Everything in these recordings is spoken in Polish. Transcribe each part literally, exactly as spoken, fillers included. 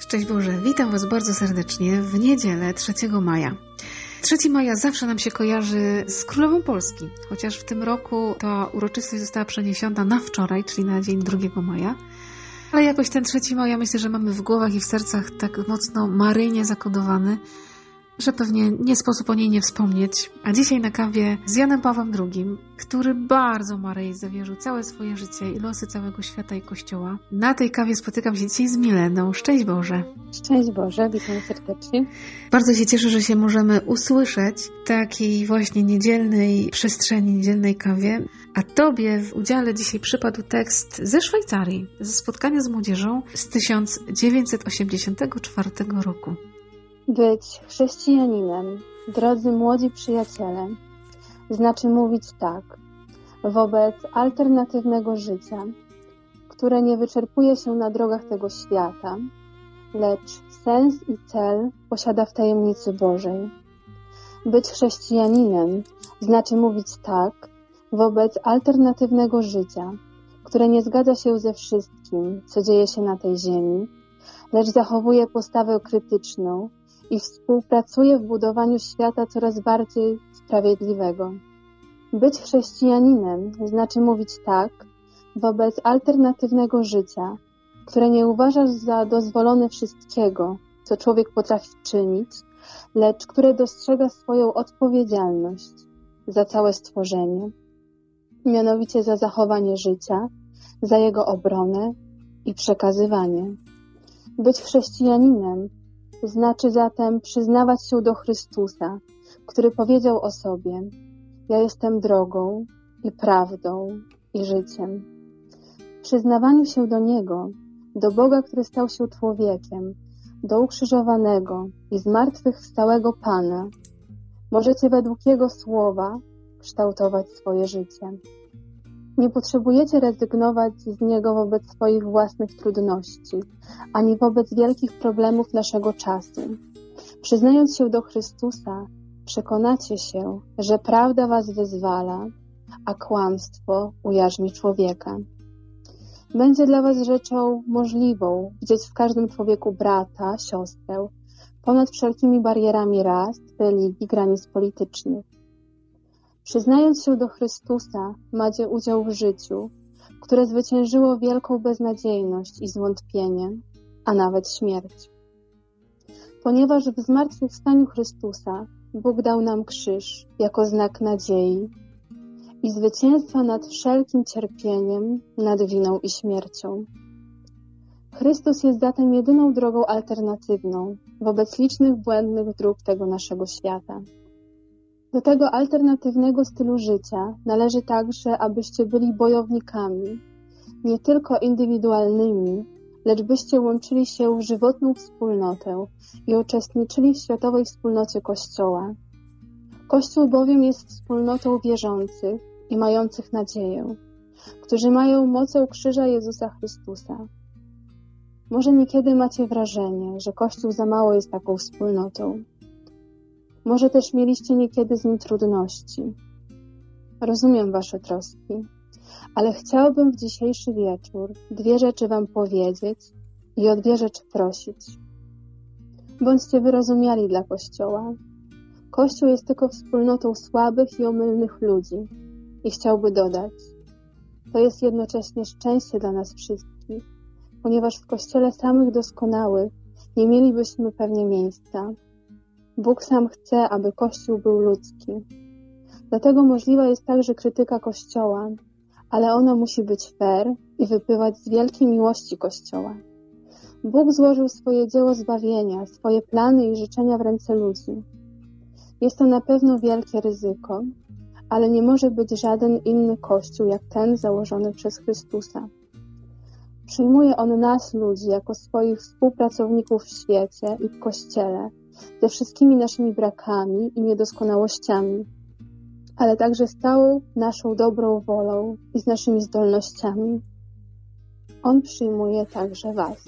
Szczęść Boże, witam Was bardzo serdecznie w niedzielę trzeciego maja. trzeciego maja zawsze nam się kojarzy z Królową Polski, chociaż w tym roku ta uroczystość została przeniesiona na wczoraj, czyli na dzień drugiego maja. Ale jakoś ten trzeciego maja myślę, że mamy w głowach i w sercach tak mocno maryjnie zakodowany, że pewnie nie sposób o niej nie wspomnieć. A dzisiaj na kawie z Janem Pawłem drugim, który bardzo Maryi zawierzył całe swoje życie i losy całego świata i Kościoła. Na tej kawie spotykam się dzisiaj z Mileną. Szczęść Boże. Szczęść Boże, witam serdecznie. Bardzo się cieszę, że się możemy usłyszeć w takiej właśnie niedzielnej przestrzeni, niedzielnej kawie. A Tobie w udziale dzisiaj przypadł tekst ze Szwajcarii, ze spotkania z młodzieżą z tysiąc dziewięćset osiemdziesiątego czwartego roku. Być chrześcijaninem, drodzy młodzi przyjaciele, znaczy mówić tak wobec alternatywnego życia, które nie wyczerpuje się na drogach tego świata, lecz sens i cel posiada w tajemnicy Bożej. Być chrześcijaninem znaczy mówić tak wobec alternatywnego życia, które nie zgadza się ze wszystkim, co dzieje się na tej ziemi, lecz zachowuje postawę krytyczną i współpracuje w budowaniu świata coraz bardziej sprawiedliwego. Być chrześcijaninem znaczy mówić tak wobec alternatywnego życia, które nie uważasz za dozwolone wszystkiego, co człowiek potrafi czynić, lecz które dostrzega swoją odpowiedzialność za całe stworzenie, mianowicie za zachowanie życia, za jego obronę i przekazywanie. Być chrześcijaninem znaczy zatem przyznawać się do Chrystusa, który powiedział o sobie: ja jestem drogą i prawdą i życiem. W przyznawaniu się do Niego, do Boga, który stał się człowiekiem, do ukrzyżowanego i zmartwychwstałego Pana, możecie według Jego słowa kształtować swoje życie. Nie potrzebujecie rezygnować z Niego wobec swoich własnych trudności, ani wobec wielkich problemów naszego czasu. Przyznając się do Chrystusa, przekonacie się, że prawda was wyzwala, a kłamstwo ujarzmi człowieka. Będzie dla was rzeczą możliwą widzieć w każdym człowieku brata, siostrę, ponad wszelkimi barierami ras, religii, granic politycznych. Przyznając się do Chrystusa, macie udział w życiu, które zwyciężyło wielką beznadziejność i zwątpienie, a nawet śmierć. Ponieważ w zmartwychwstaniu Chrystusa Bóg dał nam krzyż jako znak nadziei i zwycięstwa nad wszelkim cierpieniem, nad winą i śmiercią. Chrystus jest zatem jedyną drogą alternatywną wobec licznych błędnych dróg tego naszego świata. Do tego alternatywnego stylu życia należy także, abyście byli bojownikami, nie tylko indywidualnymi, lecz byście łączyli się w żywotną wspólnotę i uczestniczyli w światowej wspólnocie Kościoła. Kościół bowiem jest wspólnotą wierzących i mających nadzieję, którzy mają mocą krzyża Jezusa Chrystusa. Może niekiedy macie wrażenie, że Kościół za mało jest taką wspólnotą. Może też mieliście niekiedy z nim trudności. Rozumiem wasze troski, ale chciałbym w dzisiejszy wieczór dwie rzeczy wam powiedzieć i o dwie rzeczy prosić. Bądźcie wyrozumiali dla Kościoła. Kościół jest tylko wspólnotą słabych i omylnych ludzi i chciałby dodać: to jest jednocześnie szczęście dla nas wszystkich, ponieważ w Kościele samych doskonałych nie mielibyśmy pewnie miejsca. Bóg sam chce, aby Kościół był ludzki. Dlatego możliwa jest także krytyka Kościoła, ale ona musi być fair i wypływać z wielkiej miłości Kościoła. Bóg złożył swoje dzieło zbawienia, swoje plany i życzenia w ręce ludzi. Jest to na pewno wielkie ryzyko, ale nie może być żaden inny Kościół jak ten założony przez Chrystusa. Przyjmuje On nas, ludzi, jako swoich współpracowników w świecie i w Kościele, ze wszystkimi naszymi brakami i niedoskonałościami, ale także z całą naszą dobrą wolą i z naszymi zdolnościami. On przyjmuje także was.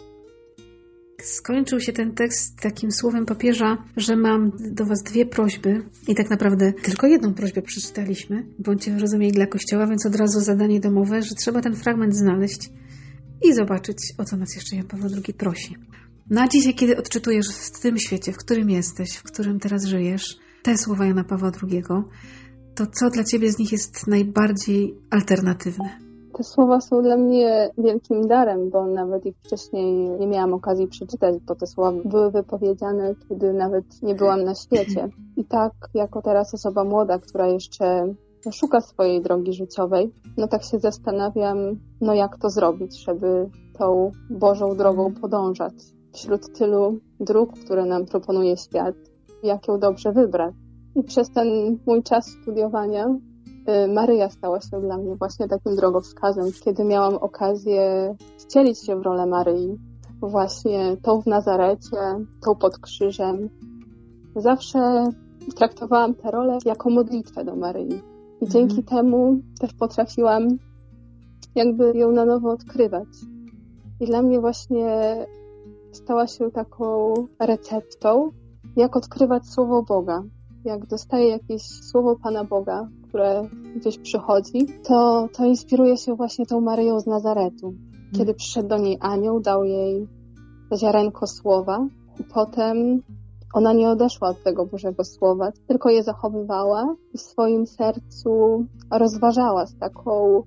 Skończył się ten tekst takim słowem papieża, że mam do was dwie prośby i tak naprawdę tylko jedną prośbę przeczytaliśmy. Bądźcie wyrozumieni dla Kościoła, więc od razu zadanie domowe, że trzeba ten fragment znaleźć i zobaczyć, o co nas jeszcze Jan Paweł drugi prosi. Na dzisiaj, kiedy odczytujesz w tym świecie, w którym jesteś, w którym teraz żyjesz, te słowa Jana Pawła drugiego, to co dla Ciebie z nich jest najbardziej alternatywne? Te słowa są dla mnie wielkim darem, bo nawet ich wcześniej nie miałam okazji przeczytać, bo te słowa były wypowiedziane, kiedy nawet nie byłam na świecie. I tak, jako teraz osoba młoda, która jeszcze szuka swojej drogi życiowej, no tak się zastanawiam, no jak to zrobić, żeby tą Bożą drogą podążać. Wśród tylu dróg, które nam proponuje świat, jak ją dobrze wybrać. I przez ten mój czas studiowania Maryja stała się dla mnie właśnie takim drogowskazem, kiedy miałam okazję wcielić się w rolę Maryi, właśnie tą w Nazarecie, tą pod krzyżem. Zawsze traktowałam tę rolę jako modlitwę do Maryi i dzięki mhm. temu też potrafiłam jakby ją na nowo odkrywać. I dla mnie właśnie stała się taką receptą, jak odkrywać Słowo Boga. Jak dostaję jakieś Słowo Pana Boga, które gdzieś przychodzi, to, to inspiruje się właśnie tą Maryją z Nazaretu. Kiedy przyszedł do niej anioł, dał jej ziarenko słowa i potem ona nie odeszła od tego Bożego Słowa, tylko je zachowywała i w swoim sercu rozważała z taką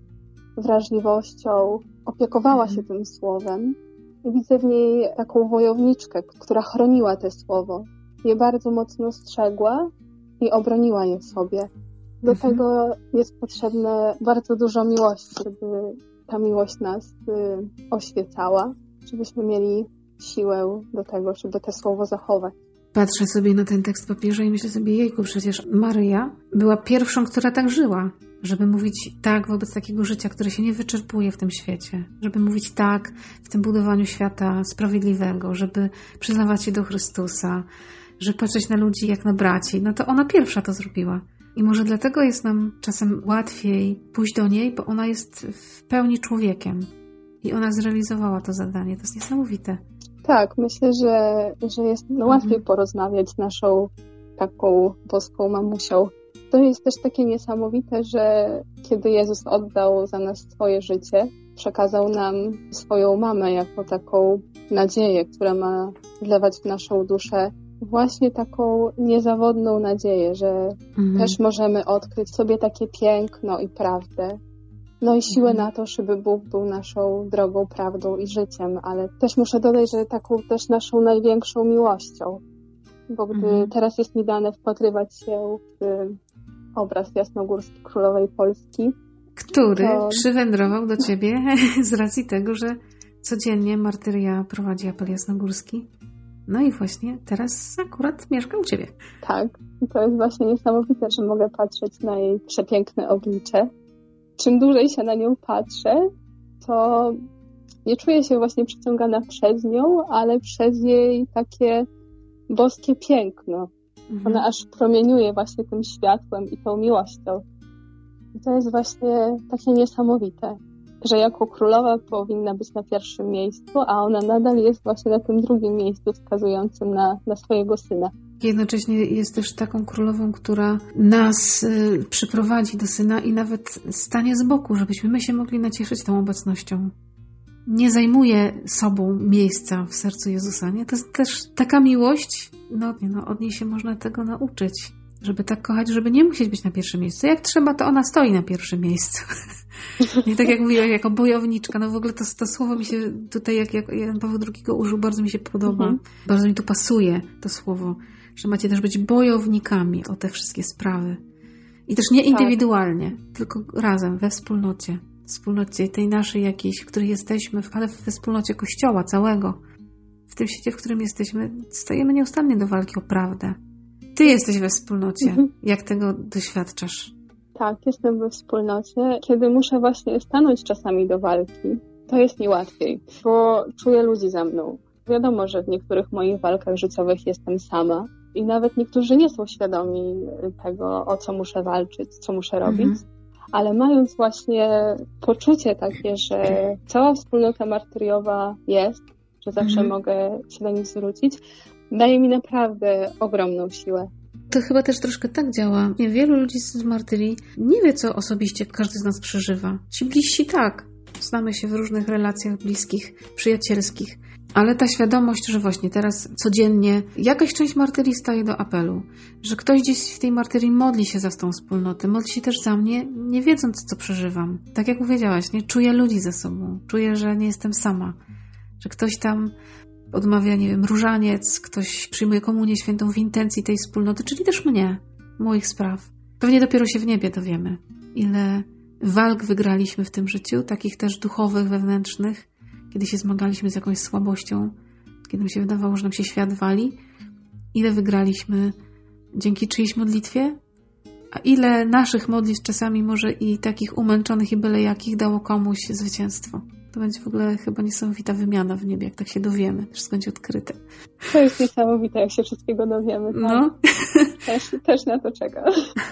wrażliwością, opiekowała się tym Słowem. I widzę w niej taką wojowniczkę, która chroniła to Słowo. Je bardzo mocno strzegła i obroniła je w sobie. Do mhm. tego jest potrzebne bardzo dużo miłości, żeby ta miłość nas y, oświecała, żebyśmy mieli siłę do tego, żeby to słowo zachować. Patrzę sobie na ten tekst papieża i myślę sobie, jejku, przecież Maryja była pierwszą, która tak żyła, żeby mówić tak wobec takiego życia, które się nie wyczerpuje w tym świecie, żeby mówić tak w tym budowaniu świata sprawiedliwego, żeby przyznawać się do Chrystusa, żeby patrzeć na ludzi jak na braci. No to ona pierwsza to zrobiła. I może dlatego jest nam czasem łatwiej pójść do niej, bo ona jest w pełni człowiekiem. I ona zrealizowała to zadanie. To jest niesamowite. Tak, myślę, że, że jest no, łatwiej mhm. porozmawiać z naszą taką boską mamusią. To jest też takie niesamowite, że kiedy Jezus oddał za nas swoje życie, przekazał nam swoją mamę jako taką nadzieję, która ma wlewać w naszą duszę właśnie taką niezawodną nadzieję, że mhm. też możemy odkryć sobie takie piękno i prawdę. No i siłę mhm. na to, żeby Bóg był naszą drogą, prawdą i życiem, ale też muszę dodać, że taką też naszą największą miłością. Bo gdy mhm. teraz jest mi dane wpatrywać się w obraz jasnogórski Królowej Polski, który to... przywędrował do Ciebie z racji tego, że codziennie martyria prowadzi apel jasnogórski. No i właśnie teraz akurat mieszka u Ciebie. Tak, i to jest właśnie niesamowite, że mogę patrzeć na jej przepiękne oblicze. Czym dłużej się na nią patrzę, to nie czuję się właśnie przyciągana przez nią, ale przez jej takie boskie piękno. Mhm. Ona aż promieniuje właśnie tym światłem i tą miłością. I to jest właśnie takie niesamowite, że jako królowa powinna być na pierwszym miejscu, a ona nadal jest właśnie na tym drugim miejscu wskazującym na, na swojego syna. Jednocześnie jest też taką królową, która nas y, przyprowadzi do syna i nawet stanie z boku, żebyśmy my się mogli nacieszyć tą obecnością. Nie zajmuje sobą miejsca w sercu Jezusa, nie? To jest też taka miłość, no, nie, no od niej się można tego nauczyć. Żeby tak kochać, żeby nie musieć być na pierwszym miejscu. Jak trzeba, to ona stoi na pierwszym miejscu. I tak jak mówiła, jako bojowniczka, no w ogóle to, to słowo mi się tutaj, jak, jak Jan Paweł drugi użył, bardzo mi się podoba. Mhm. Bardzo mi tu pasuje to słowo, że macie też być bojownikami o te wszystkie sprawy. I też nie indywidualnie, tak. tylko razem, we wspólnocie. W wspólnocie tej naszej jakiejś, w której jesteśmy, ale we wspólnocie Kościoła całego. W tym świecie, w którym jesteśmy, stajemy nieustannie do walki o prawdę. Ty jesteś we wspólnocie. Mhm. Jak tego doświadczasz? Tak, jestem we wspólnocie. Kiedy muszę właśnie stanąć czasami do walki, to jest mi łatwiej, bo czuję ludzi za mną. Wiadomo, że w niektórych moich walkach życiowych jestem sama i nawet niektórzy nie są świadomi tego, o co muszę walczyć, co muszę robić. Mhm. Ale mając właśnie poczucie takie, że cała wspólnota martyriowa jest, że zawsze mhm. mogę się do nich zwrócić, daje mi naprawdę ogromną siłę. To chyba też troszkę tak działa. Wielu ludzi z martyrii nie wie, co osobiście każdy z nas przeżywa. Ci bliżsi tak. Znamy się w różnych relacjach bliskich, przyjacielskich. Ale ta świadomość, że właśnie teraz codziennie jakaś część martyrii staje do apelu, że ktoś gdzieś w tej martyrii modli się za tą wspólnotę, modli się też za mnie, nie wiedząc, co przeżywam. Tak jak powiedziałaś, nie? Czuję ludzi ze sobą, czuję, że nie jestem sama, że ktoś tam odmawia, nie wiem, różaniec, ktoś przyjmuje komunię świętą w intencji tej wspólnoty, czyli też mnie, moich spraw. Pewnie dopiero się w niebie dowiemy, ile walk wygraliśmy w tym życiu, takich też duchowych, wewnętrznych, kiedy się zmagaliśmy z jakąś słabością, kiedy mi się wydawało, że nam się świat wali, ile wygraliśmy dzięki czyjejś modlitwie, a ile naszych modlitw czasami może i takich umęczonych i byle jakich dało komuś zwycięstwo. To będzie w ogóle chyba niesamowita wymiana w niebie, jak tak się dowiemy. Wszystko będzie odkryte. To jest niesamowite, jak się wszystkiego dowiemy. Tak? No. Też, też na to czekam.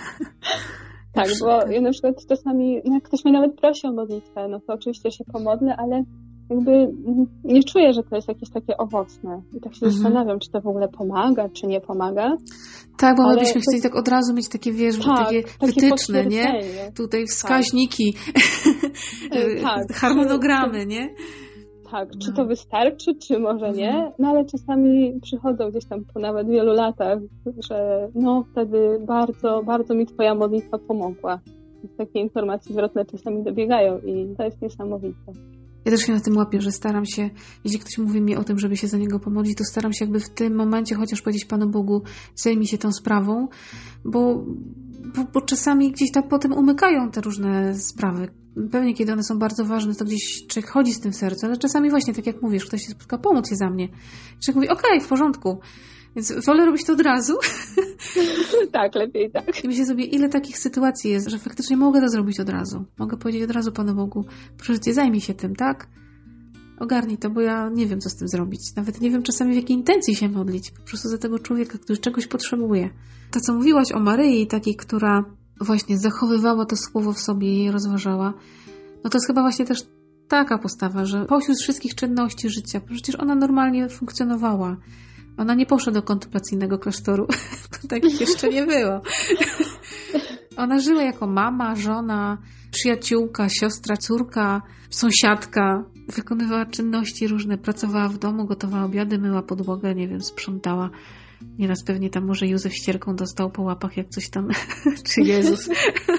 Tak, bo ja na przykład czasami, jak ktoś mnie nawet prosi o modlitwę, no to oczywiście się pomodlę, ale jakby nie czuję, że to jest jakieś takie owocne. I tak się mhm. zastanawiam, czy to w ogóle pomaga, czy nie pomaga. Tak, bo my ale byśmy to... chcieli tak od razu mieć takie, wiesz, tak, takie, takie wytyczne, nie? Tutaj wskaźniki, tak. tak. harmonogramy, nie? Tak, czy to wystarczy, czy może nie? No ale czasami przychodzą gdzieś tam po nawet wielu latach, że no wtedy bardzo, bardzo mi twoja modlitwa pomogła. Takie informacje zwrotne czasami dobiegają i to jest niesamowite. Ja też się na tym łapię, że staram się, jeśli ktoś mówi mi o tym, żeby się za niego pomodlić, to staram się jakby w tym momencie chociaż powiedzieć Panu Bogu, zajmij się tą sprawą, bo, bo, bo czasami gdzieś tam potem umykają te różne sprawy. Pewnie kiedy one są bardzo ważne, to gdzieś człowiek chodzi z tym w sercu, ale czasami właśnie, tak jak mówisz, ktoś się spotka, pomóc się za mnie. Człowiek mówi, okej, okay, w porządku. Więc wolę robić to od razu. Tak, lepiej tak. I myślę sobie, ile takich sytuacji jest, że faktycznie mogę to zrobić od razu. Mogę powiedzieć od razu Panu Bogu, proszę Cię, zajmij się tym, tak? Ogarnij to, bo ja nie wiem, co z tym zrobić. Nawet nie wiem czasami, w jakiej intencji się modlić. Po prostu za tego człowieka, który czegoś potrzebuje. To, co mówiłaś o Maryi, takiej, która właśnie zachowywała to słowo w sobie i je rozważała, no to jest chyba właśnie też taka postawa, że pośród wszystkich czynności życia, przecież ona normalnie funkcjonowała. Ona nie poszła do kontemplacyjnego klasztoru, bo takich jeszcze nie było. Ona żyła jako mama, żona, przyjaciółka, siostra, córka, sąsiadka. Wykonywała czynności różne, pracowała w domu, gotowała obiady, myła podłogę, nie wiem, sprzątała. Nieraz pewnie tam może Józef ścierką dostał po łapach, jak coś tam, czy Jezus.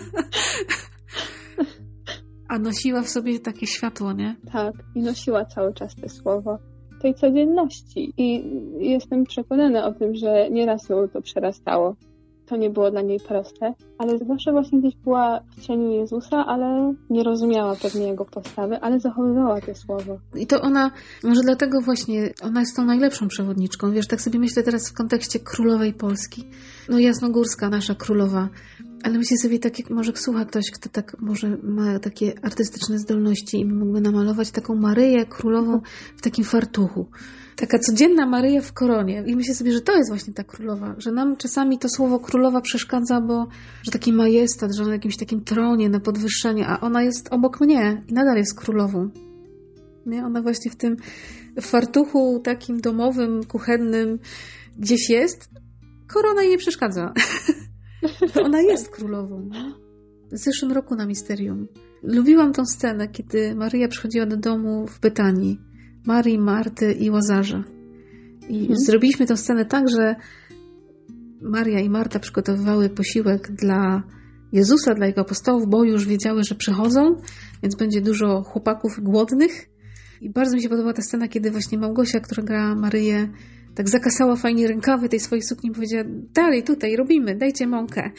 A nosiła w sobie takie światło, nie? Tak, i nosiła cały czas te słowo tej codzienności. I jestem przekonana o tym, że nieraz ją to przerastało. To nie było dla niej proste, ale zawsze właśnie gdzieś była w cieniu Jezusa, ale nie rozumiała pewnie Jego postawy, ale zachowywała to słowo. I to ona, może dlatego właśnie, ona jest tą najlepszą przewodniczką. Wiesz, tak sobie myślę teraz w kontekście królowej Polski. No Jasnogórska, nasza królowa. Ale myślę sobie, tak jak może słucha ktoś, kto tak może ma takie artystyczne zdolności i mógłby namalować taką Maryję królową w takim fartuchu. Taka codzienna Maryja w koronie. I myślę sobie, że to jest właśnie ta królowa. Że nam czasami to słowo królowa przeszkadza, bo że taki majestat, że na jakimś takim tronie, na podwyższenie, a ona jest obok mnie i nadal jest królową. Nie? Ona właśnie w tym fartuchu takim domowym, kuchennym gdzieś jest. Korona jej nie przeszkadza. To ona jest królową. Nie? W zeszłym roku na Misterium lubiłam tą scenę, kiedy Maryja przychodziła do domu w Betanii. Marii, Marty i Łazarza. I hmm. zrobiliśmy tę scenę tak, że Maria i Marta przygotowywały posiłek dla Jezusa, dla Jego apostołów, bo już wiedziały, że przychodzą, więc będzie dużo chłopaków głodnych. I bardzo mi się podobała ta scena, kiedy właśnie Małgosia, która grała Maryję, tak zakasała fajnie rękawy tej swojej sukni i powiedziała, dalej tutaj robimy, dajcie mąkę.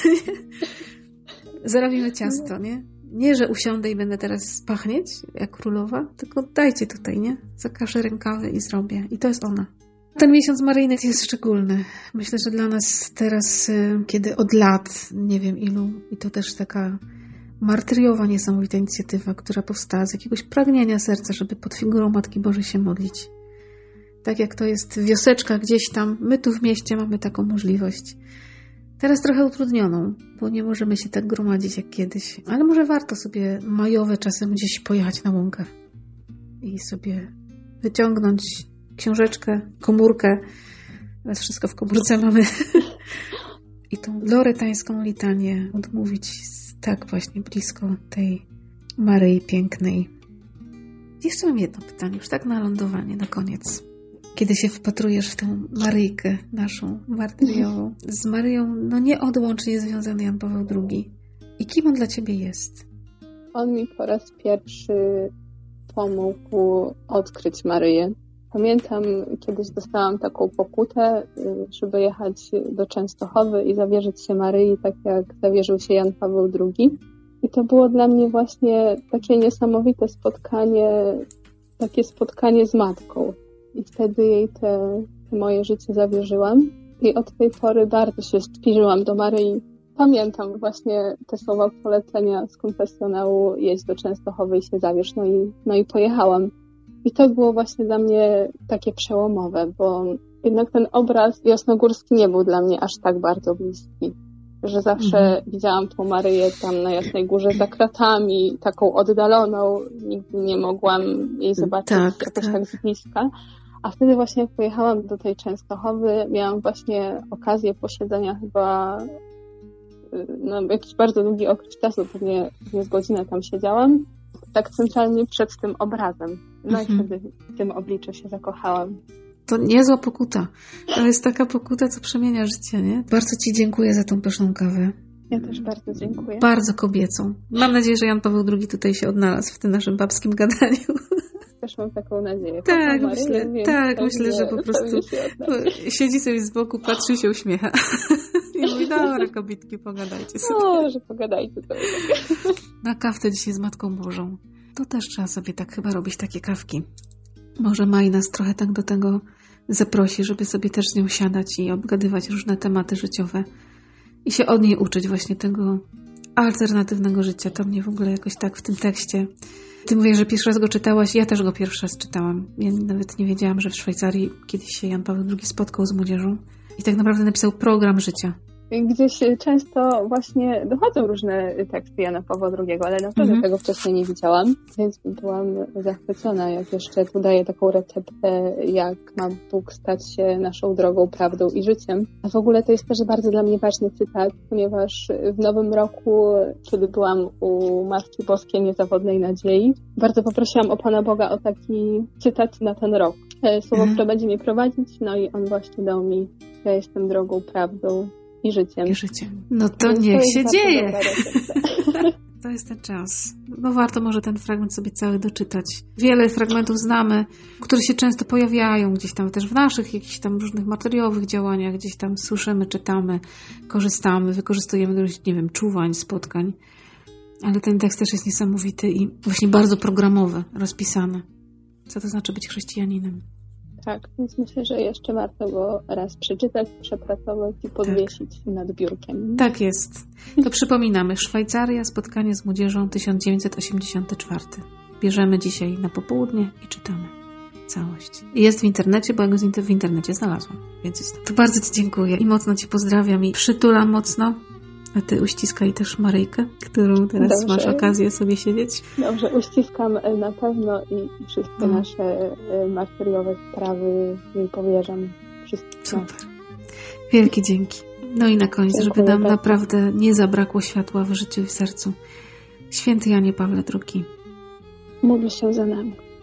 Zarobimy ciasto, nie? Nie, że usiądę i będę teraz pachnieć jak królowa, tylko dajcie tutaj, nie? Zakaszę rękawy i zrobię. I to jest ona. Ten miesiąc maryjny jest szczególny. Myślę, że dla nas teraz, kiedy od lat, nie wiem ilu, i to też taka martyriowa, niesamowita inicjatywa, która powstała z jakiegoś pragnienia serca, żeby pod figurą Matki Bożej się modlić. Tak jak to jest wioseczka gdzieś tam, my tu w mieście mamy taką możliwość. Teraz trochę utrudnioną, bo nie możemy się tak gromadzić jak kiedyś. Ale może warto sobie majowe czasem gdzieś pojechać na łąkę i sobie wyciągnąć książeczkę, komórkę. Teraz wszystko w komórce mamy. I tą loretańską litanię odmówić tak właśnie blisko tej Maryi pięknej, Jeszcze mam jedno pytanie, już tak na lądowanie, na koniec. Kiedy się wpatrujesz w tą Maryjkę naszą martyriową, z Maryją no nieodłącznie związany Jan Paweł drugi. I kim on dla Ciebie jest? On mi po raz pierwszy pomógł odkryć Maryję. Pamiętam, kiedyś dostałam taką pokutę, żeby jechać do Częstochowy i zawierzyć się Maryi, tak jak zawierzył się Jan Paweł drugi. I to było dla mnie właśnie takie niesamowite spotkanie, takie spotkanie z matką. I wtedy jej te, te moje życie zawierzyłam. I od tej pory bardzo się zbliżyłam do Maryi. Pamiętam właśnie te słowa polecenia z konfesjonału: jedź do Częstochowy i się zawierz. No i, no i pojechałam. I to było właśnie dla mnie takie przełomowe, bo jednak ten obraz jasnogórski nie był dla mnie aż tak bardzo bliski. Że zawsze mhm. widziałam tą Maryję tam na Jasnej Górze za kratami, taką oddaloną. Nigdy nie mogłam jej zobaczyć tak, jakoś tak. tak z bliska. A wtedy właśnie jak pojechałam do tej Częstochowy, miałam właśnie okazję posiedzenia chyba no, jakiś bardzo długi okres czasu, pewnie, pewnie z godzinę tam siedziałam, tak centralnie przed tym obrazem. No mhm. i wtedy w tym obliczu się zakochałam. To niezła pokuta. To jest taka pokuta, co przemienia życie, nie? Bardzo Ci dziękuję za tą pyszną kawę. Ja też bardzo dziękuję. Bardzo kobiecą. Mam nadzieję, że Jan Paweł drugi tutaj się odnalazł w tym naszym babskim gadaniu. Też mam taką nadzieję. Tak, Maryję, myślę, więc tak pewnie, myślę, że po prostu siedzi sobie z boku, patrzy i się uśmiecha. I mówi, dobra, kobietki, pogadajcie sobie. No, że pogadajcie sobie. Na kawkę dzisiaj z Matką Bożą. To też trzeba sobie tak chyba robić takie kawki. Może Maj nas trochę tak do tego zaprosi, żeby sobie też z nią siadać i obgadywać różne tematy życiowe i się od niej uczyć właśnie tego alternatywnego życia. To mnie w ogóle jakoś tak w tym tekście... Ty mówisz, że pierwszy raz go czytałaś, ja też go pierwszy raz czytałam. Ja nawet nie wiedziałam, że w Szwajcarii kiedyś się Jan Paweł drugi spotkał z młodzieżą i tak naprawdę napisał program życia. Gdzieś często właśnie dochodzą różne teksty Jana Pawła drugiego, ale naprawdę mhm. tego wcześniej nie widziałam, więc byłam zachwycona, jak jeszcze tu daje taką receptę, jak ma Bóg stać się naszą drogą, prawdą i życiem. A w ogóle to jest też bardzo dla mnie ważny cytat, ponieważ w nowym roku, kiedy byłam u Matki Boskiej Niezawodnej Nadziei, bardzo poprosiłam o Pana Boga o taki cytat na ten rok. Słowo, mhm. które będzie mnie prowadzić, no i on właśnie dał mi: ja jestem drogą, prawdą i życiem. I życiem. No to Więc niech to się dzieje. To jest ten czas. No warto może ten fragment sobie cały doczytać. Wiele fragmentów znamy, które się często pojawiają gdzieś tam też w naszych jakichś tam różnych materiałowych działaniach, gdzieś tam słyszymy, czytamy, korzystamy, wykorzystujemy do, nie wiem, czuwań, spotkań. Ale ten tekst też jest niesamowity i właśnie bardzo programowy, rozpisany. Co to znaczy być chrześcijaninem? Tak, więc myślę, że jeszcze warto go raz przeczytać, przepracować i podwiesić tak. nad biurkiem. Tak jest. To przypominamy. Szwajcaria, spotkanie z młodzieżą, tysiąc dziewięćset osiemdziesiąty czwarty. Bierzemy dzisiaj na popołudnie i czytamy całość. Jest w internecie, bo ja go w internecie znalazłam. Więc jest. To bardzo Ci dziękuję i mocno Ci pozdrawiam i przytulam mocno. A Ty uściskaj też Maryjkę, którą teraz Dobrze. masz okazję sobie siedzieć. Dobrze, uściskam na pewno i, i wszystkie no. nasze martyriowe sprawy jej powierzam. Wszystko. Super. Wielkie dzięki. No i na koniec, Dziękuję żeby nam bardzo. naprawdę nie zabrakło światła w życiu i w sercu. Święty Janie Pawle drugi. Módl się za nami.